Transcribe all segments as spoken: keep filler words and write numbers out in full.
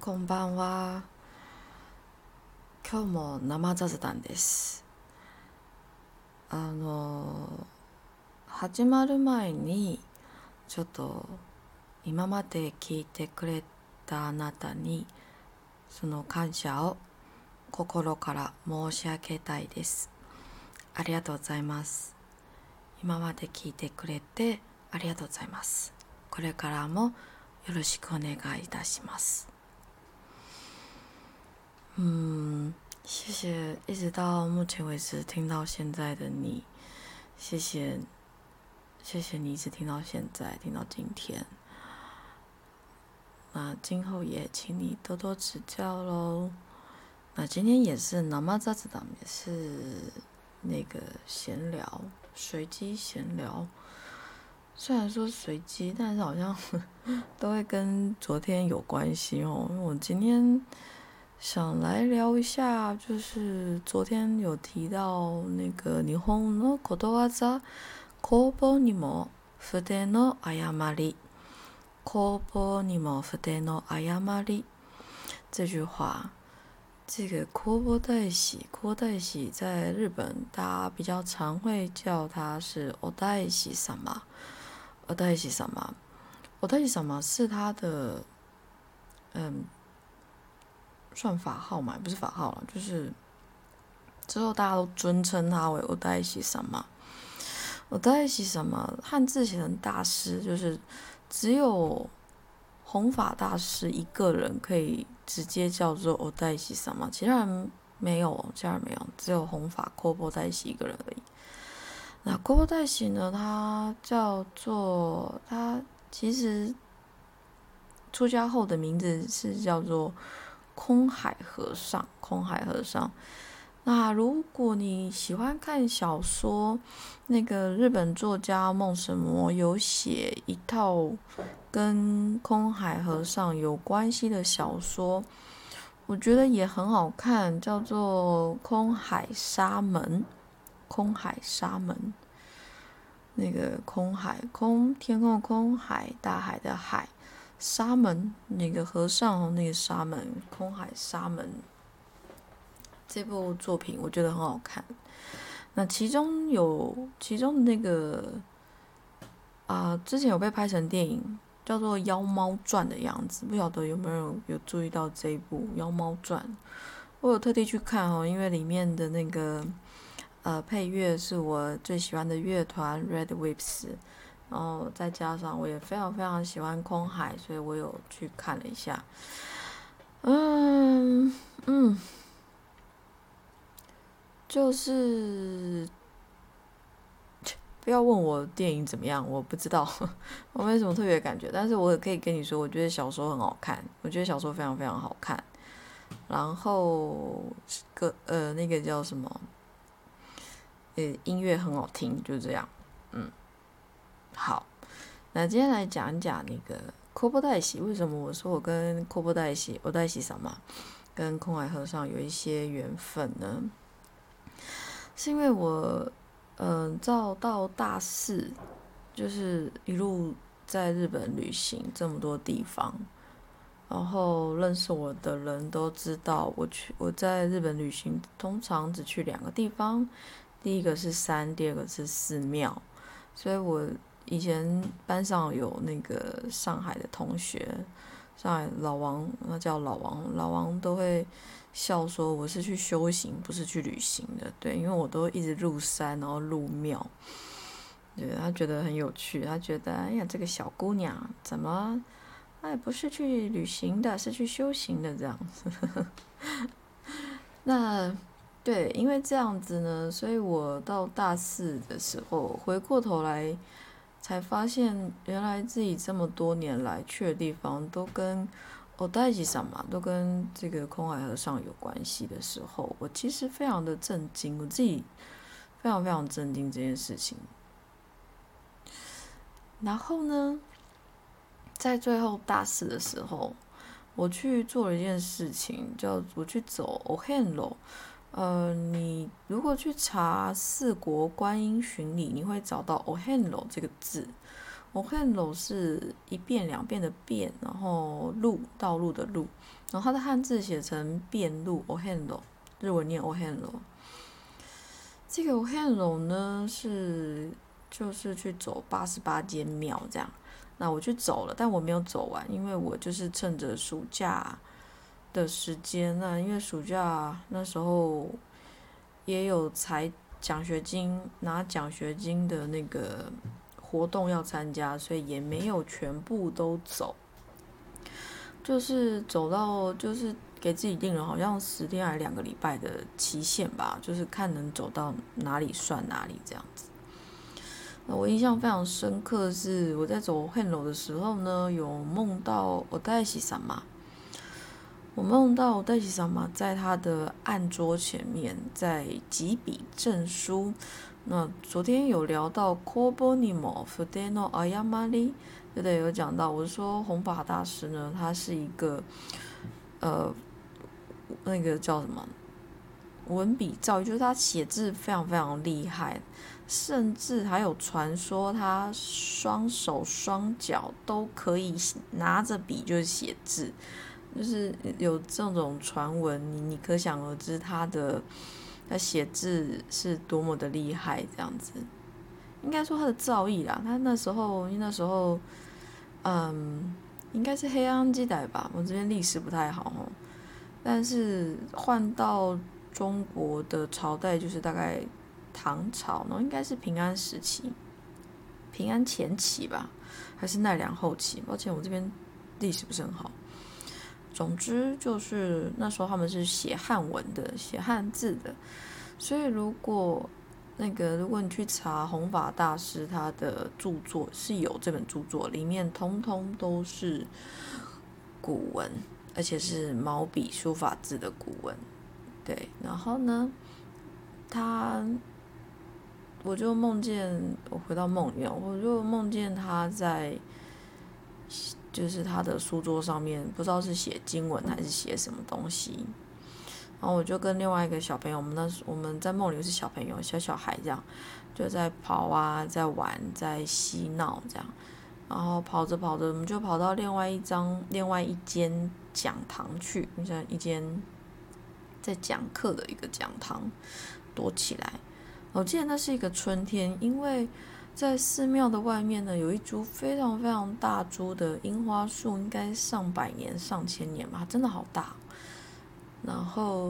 こんばんは。今日も生雑談です。あの始まる前にちょっと今まで聞いてくれたあなたにその感謝を心から申し上げたいです。ありがとうございます。今まで聞いてくれてありがとうございます。これからもよろしくお願いいたします。嗯，谢谢一直到目前为止听到现在的你，谢谢，谢谢你一直听到现在，听到今天。那今后也请你多多指教咯。那今天也是生雑談，也是那个闲聊，随机闲聊。虽然说随机，但是好像都会跟昨天有关系哦。因为我今天想来聊一下，就是昨天有提到那个日本のことわざ、工房にも筆の誤り、工房にも筆の誤り这句话。这个工房大師，工房大師在日本大家比较常会叫他是お大師様，お大師様，お大師様是他的嗯。算法号嘛，不是法号了，就是之后大家都尊称他为お大師様。お大師様汉字写成大师，就是只有弘法大师一个人可以直接叫做お大師様，其他人没有，其他人没有，只有弘法弘法大師一个人而已。那弘法大師呢，他叫做他其实出家后的名字是叫做空海和尚，空海和尚。那如果你喜欢看小说，那个日本作家梦神魔有写一套跟空海和尚有关系的小说，我觉得也很好看，叫做《空海沙门》。空海沙门，那个空海，空天空的空，海大海的海。沙门，那个和尚那个沙门，空海沙门这部作品我觉得很好看。那其中有其中的那个啊、呃，之前有被拍成电影，叫做《妖猫传》的样子，不晓得有没有有注意到这一部《妖猫传》？我有特地去看哦，因为里面的那个呃配乐是我最喜欢的乐团 Red Whips。然后再加上我也非常非常喜欢空海，所以我有去看了一下。嗯嗯，就是不要问我电影怎么样，我不知道，我没什么特别的感觉。但是我也可以跟你说，我觉得小说很好看，我觉得小说非常非常好看。然后个呃那个叫什么，呃音乐很好听，就这样。嗯。好，那今天来讲一讲那个弘法大師。为什么我说我跟弘法大師、お大師様跟空海和尚有一些缘分呢？是因为我，嗯、呃，到到大四，就是一路在日本旅行这么多地方，然后认识我的人都知道，我去我在日本旅行通常只去两个地方，第一个是山，第二个是寺庙，所以我。以前班上有那个上海的同学，上海老王，那叫老王，老王都会笑说我是去修行，不是去旅行的。对，因为我都一直入山，然后入庙，对，他觉得很有趣，他觉得哎呀，这个小姑娘怎么，哎，不是去旅行的，是去修行的这样子。那对，因为这样子呢，所以我到大四的时候回过头来。才发现原来自己这么多年来去的地方都跟お大師様都跟这个空海和尚有关系的时候，我其实非常的震惊，我自己非常非常震惊这件事情。然后呢，在最后大四的时候，我去做了一件事情，叫我去走お遍路。呃，你如果去查四国观音巡礼，你会找到お遍路这个字。 お遍路是一遍两遍的遍，然后路道路的路，然后它的汉字写成遍路お遍路，日文念お遍路。这个お遍路呢是就是去走八十八间庙这样。那我去走了，但我没有走完，因为我就是趁着暑假的时间，那因为暑假那时候也有才奖学金拿奖学金的那个活动要参加，所以也没有全部都走，就是走到就是给自己定了好像十天还两个礼拜的期限吧，就是看能走到哪里算哪里这样子。我印象非常深刻是我在走遍路的时候呢，有梦到お大師様。我梦到お大師様在他的案桌前面在几笔证书。那昨天有聊到公募にも筆の誤り，对不对？有讲到，我说弘法大师呢，他是一个呃那个叫什么文笔造诣，就是他写字非常非常厉害。甚至还有传说，他双手双脚都可以拿着笔就是写字，就是有这种传闻，你你可想而知他的他写字是多么的厉害，这样子。应该说他的造诣啦，他那时候因为那时候，嗯，应该是黑暗时代吧，我这边历史不太好哦，但是换到中国的朝代就是大概唐朝，然后应该是平安时期，平安前期吧，还是奈良后期？抱歉，我这边历史不是很好。总之就是那时候他们是写汉文的，写汉字的，所以如果那个如果你去查弘法大师他的著作，是有这本著作，里面通通都是古文，而且是毛笔书法字的古文。对，然后呢，他。我就梦见我回到梦里面，我就梦见他在，就是他的书桌上面，不知道是写经文还是写什么东西。然后我就跟另外一个小朋友，我们那我们在梦里是小朋友，小小孩这样，就在跑啊，在玩，在嬉闹这样。然后跑着跑着，我们就跑到另外一张、另外一间讲堂去，像一间在讲课的一个讲堂，躲起来。我记得那是一个春天，因为在寺庙的外面呢，有一株非常非常大株的樱花树，应该上百年、上千年吧，真的好大。然后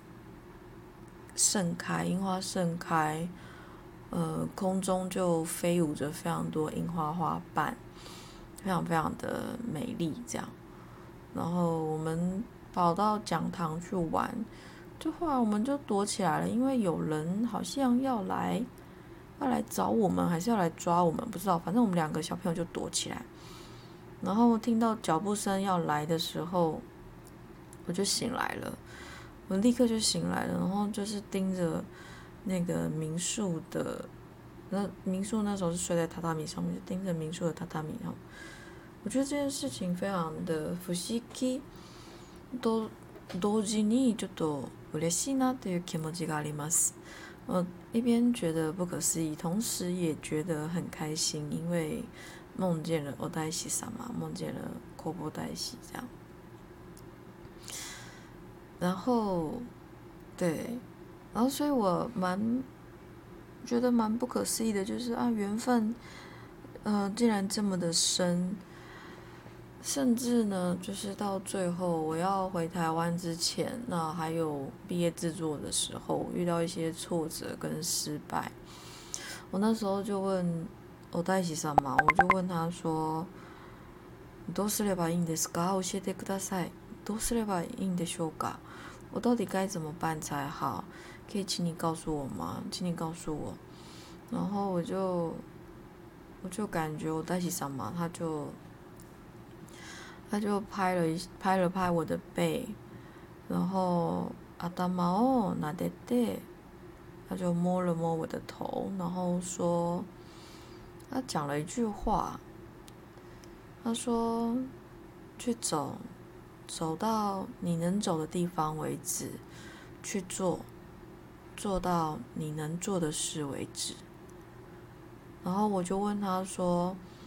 盛开，樱花盛开，呃，空中就飞舞着非常多樱花花瓣，非常非常的美丽。这样，然后我们跑到讲堂去玩。就后来我们就躲起来了，因为有人好像要来，要来找我们，还是要来抓我们，不知道。反正我们两个小朋友就躲起来。然后听到脚步声要来的时候，我就醒来了，我立刻就醒来了，然后就是盯着那个民宿的，那民宿那时候是睡在榻榻米上面，就盯着民宿的榻榻米。然后我觉得这件事情非常的不思議，都同時にちょっと嬉しいなという気持ちがあります。我一边觉得不可思议，同时也觉得很开心，因为梦见了お大師様，梦见了弘法大師这样。然后，对，然后所以我蛮觉得蛮不可思议的，就是啊，缘分，呃，竟然这么的深。甚至呢，就是到最后我要回台湾之前，那还有毕业制作的时候，遇到一些挫折跟失败，我那时候就问お大師様，我就问他说，どうすればいいんですか？教えてください。どうすればいいんでしょうか？我到底该怎么办才好？可以请你告诉我吗？请你告诉我。然后我就我就感觉お大師様他就。他就拍了一拍了拍我的背，然后頭を撫でて，他就摸了摸我的头，然后说，他讲了一句话，他说，去走，走到你能走的地方为止，去做，做到你能做的事为止。然后我就问他说，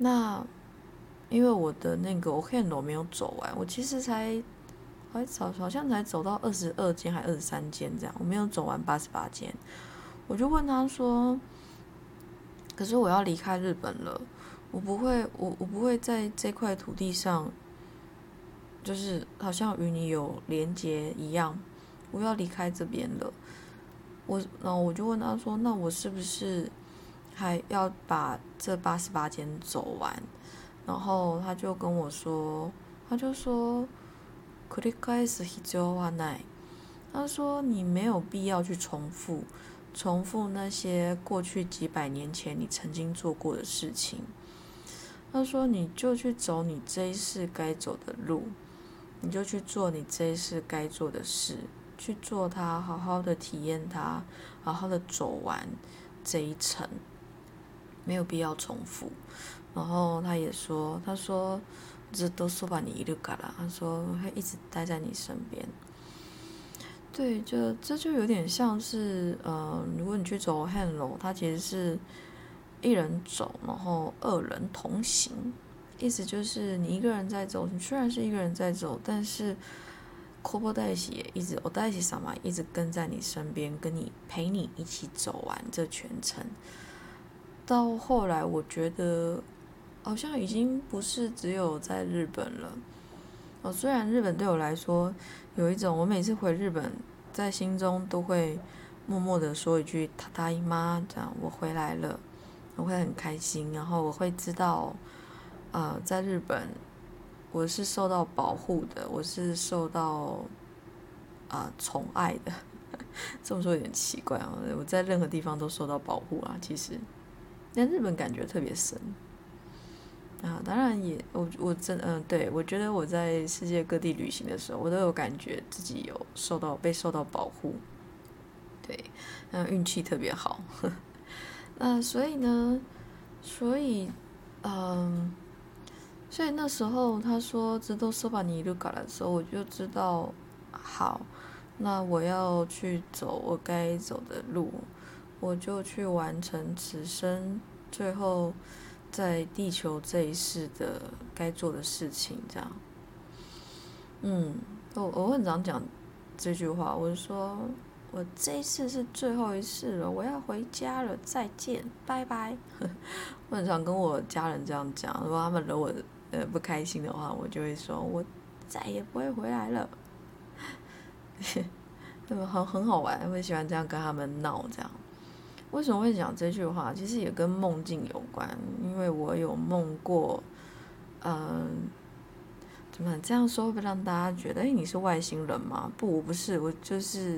那因为我的那个 O K 楼没有走完，我其实才好好像才走到二十二间还二十三间这样，我没有走完八十八间。我就问他说：“可是我要离开日本了，我不会，我我不会在这块土地上，就是好像与你有连结一样，我要离开这边了。”我然后我就问他说：“那我是不是还要把这八十八间走完？”然后他就跟我说，他就说，繰り返す必要はない。他说你没有必要去重复，重复那些过去几百年前你曾经做过的事情。他说你就去走你这一世该走的路，你就去做你这一世该做的事，去做它，好好的体验它，好好的走完这一程，没有必要重复。然后他也说，他说ずっとそばにいるから，他说会一直待在你身边。对，就这就有点像是，呃，如果你去走汉楼，它其实是一人走，然后二人同行，意思就是你一个人在走，你虽然是一个人在走，但是コボ大喜也一直，我大喜上嘛，一直跟在你身边，跟你陪你一起走完这全程。到后来，我觉得好像已经不是只有在日本了。哦，虽然日本对我来说有一种，我每次回日本，在心中都会默默的说一句“ただいま”，这样我回来了，我会很开心，然后我会知道，呃，在日本我是受到保护的，我是受到啊、呃、宠爱的。这么说有点奇怪啊，我在任何地方都受到保护啊，其实，但日本感觉特别深。啊，当然也，我我真嗯、呃，对，我觉得我在世界各地旅行的时候，我都有感觉自己有受到被受到保护，对，那运气特别好。那所以呢，所以嗯，所以那时候他说直到说把尼鲁卡的时候，我就知道，好，那我要去走我该走的路，我就去完成此生最后。在地球这一世的该做的事情，这样，嗯，我我很常讲这句话，我说我这一世是最后一世了，我要回家了，再见，拜拜。我很常跟我家人这样讲，如果他们惹我呃不开心的话，我就会说我再也不会回来了。对吧？很很好玩，我喜欢这样跟他们闹这样。为什么会讲这句话？其实也跟梦境有关，因为我有梦过，嗯，怎么这样说会不会让大家觉得，哎，你是外星人吗？不，我不是，我就是，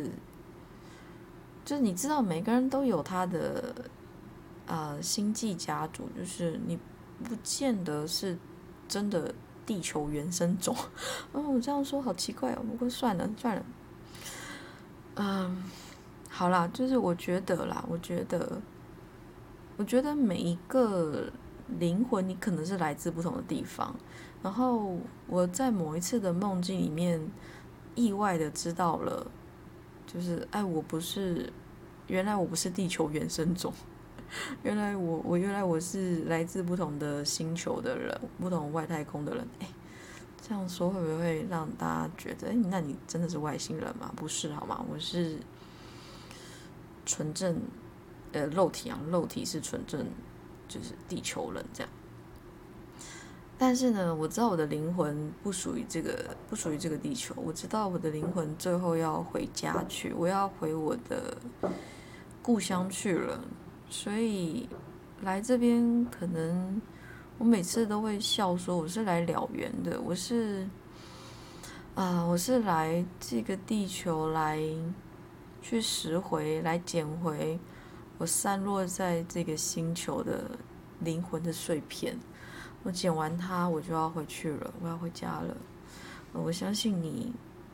就是你知道，每个人都有他的，呃，星际家族，就是你不见得是真的地球原生种。哦，我这样说好奇怪哦，不过算了算了，嗯。好啦，就是我觉得啦，我觉得，我觉得每一个灵魂，你可能是来自不同的地方。然后我在某一次的梦境里面，意外的知道了，就是哎，我不是，原来我不是地球原生种，原来我我原来我是来自不同的星球的人，不同外太空的人。哎，这样说会不会让大家觉得，哎，那你真的是外星人吗？不是，好吗？我是。纯正，呃，肉体啊，肉体是纯正，就是地球人这样。但是呢，我知道我的灵魂不属于这个，不属于这个地球。我知道我的灵魂最后要回家去，我要回我的故乡去了。所以来这边，可能我每次都会笑说我是来了缘的，我是啊、呃，我是来这个地球来。去拾回，来捡回我散落在这个星球的灵魂的碎片。我捡完它，我就要回去了，我要回家了。我相信你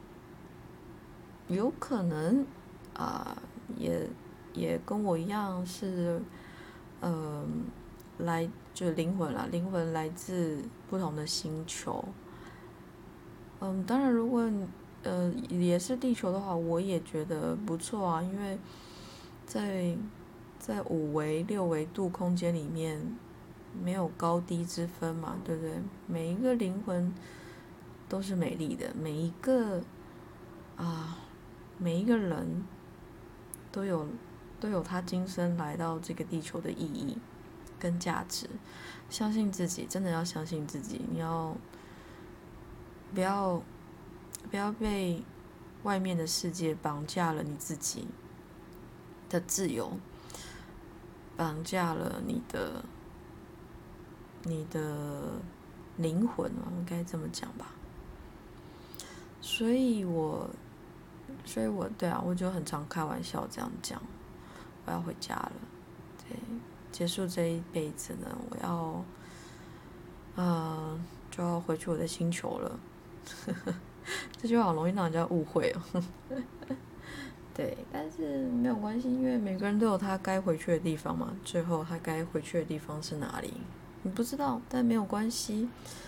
有可能啊、呃，也也跟我一样是，嗯、呃，来就是灵魂啦，灵魂来自不同的星球。嗯，当然，如果你呃，也是地球的话，我也觉得不错啊，因为在在五维六维度空间里面， 没有高低之分嘛，对不对？每一个灵魂都是美丽的，每一个啊，每一个人都有都有他今生来到这个地球的意义跟价值。相信自己，真的要相信自己，你要不要不要被外面的世界绑架了你自己的自由，绑架了你的你的灵魂嘛，应该这么讲吧。所以我，所以我对啊，我就很常开玩笑这样讲，我要回家了，对，结束这一辈子呢，我要，呃，就要回去我的星球了。这句话好容易让人家误会哦。对，但是没有关系，因为每个人都有他该回去的地方嘛。最后他该回去的地方是哪里？你不知道，但没有关系。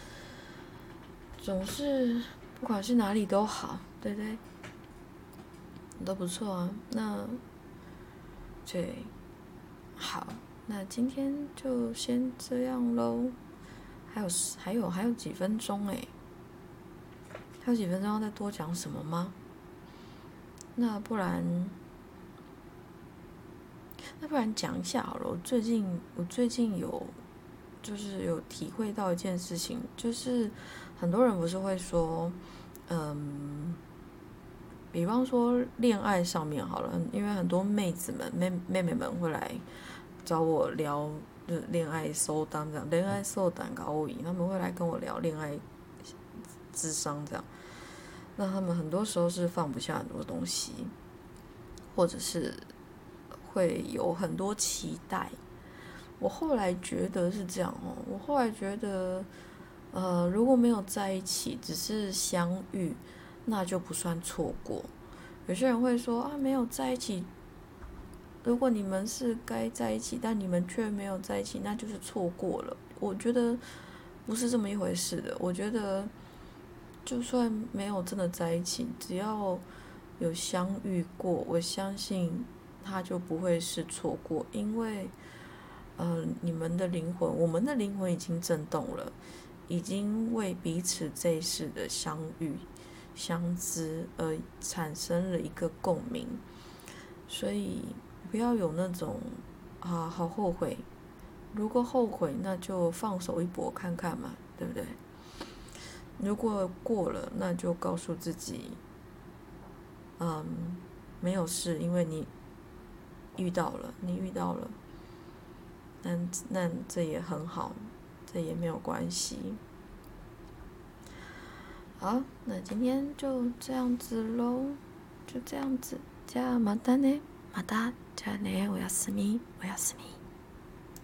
总是不管是哪里都好，对不对？都不错啊。那对，好，那今天就先这样咯。还有还有还有几分钟哎，还有几分钟要再多讲什么吗？那不然，那不然讲一下好了。我最近我最近有就是有体会到一件事情，就是很多人不是会说，嗯，比方说恋爱上面好了，因为很多妹子们妹妹妹们会来找我聊，就是恋爱相谈这样，恋爱相谈交易，他们会来跟我聊恋爱智商这样。那他们很多时候是放不下很多东西，或者是会有很多期待。我后来觉得是这样哦，我后来觉得，呃，如果没有在一起，只是相遇，那就不算错过。有些人会说啊，没有在一起，如果你们是该在一起，但你们却没有在一起，那就是错过了。我觉得不是这么一回事的。我觉得就算没有真的在一起，只要有相遇过，我相信它就不会是错过，因为呃，你们的灵魂，我们的灵魂已经震动了，已经为彼此这一世的相遇、相知而产生了一个共鸣，所以不要有那种啊，好后悔。如果后悔，那就放手一搏看看嘛，对不对？如果过了，那就告诉自己，嗯，没有事，因为你遇到了，你遇到了，那那这也很好，这也没有关系。好，那今天就这样子咯，就这样子。じゃあまたね、また。じゃあね、おやすみ、おやすみ。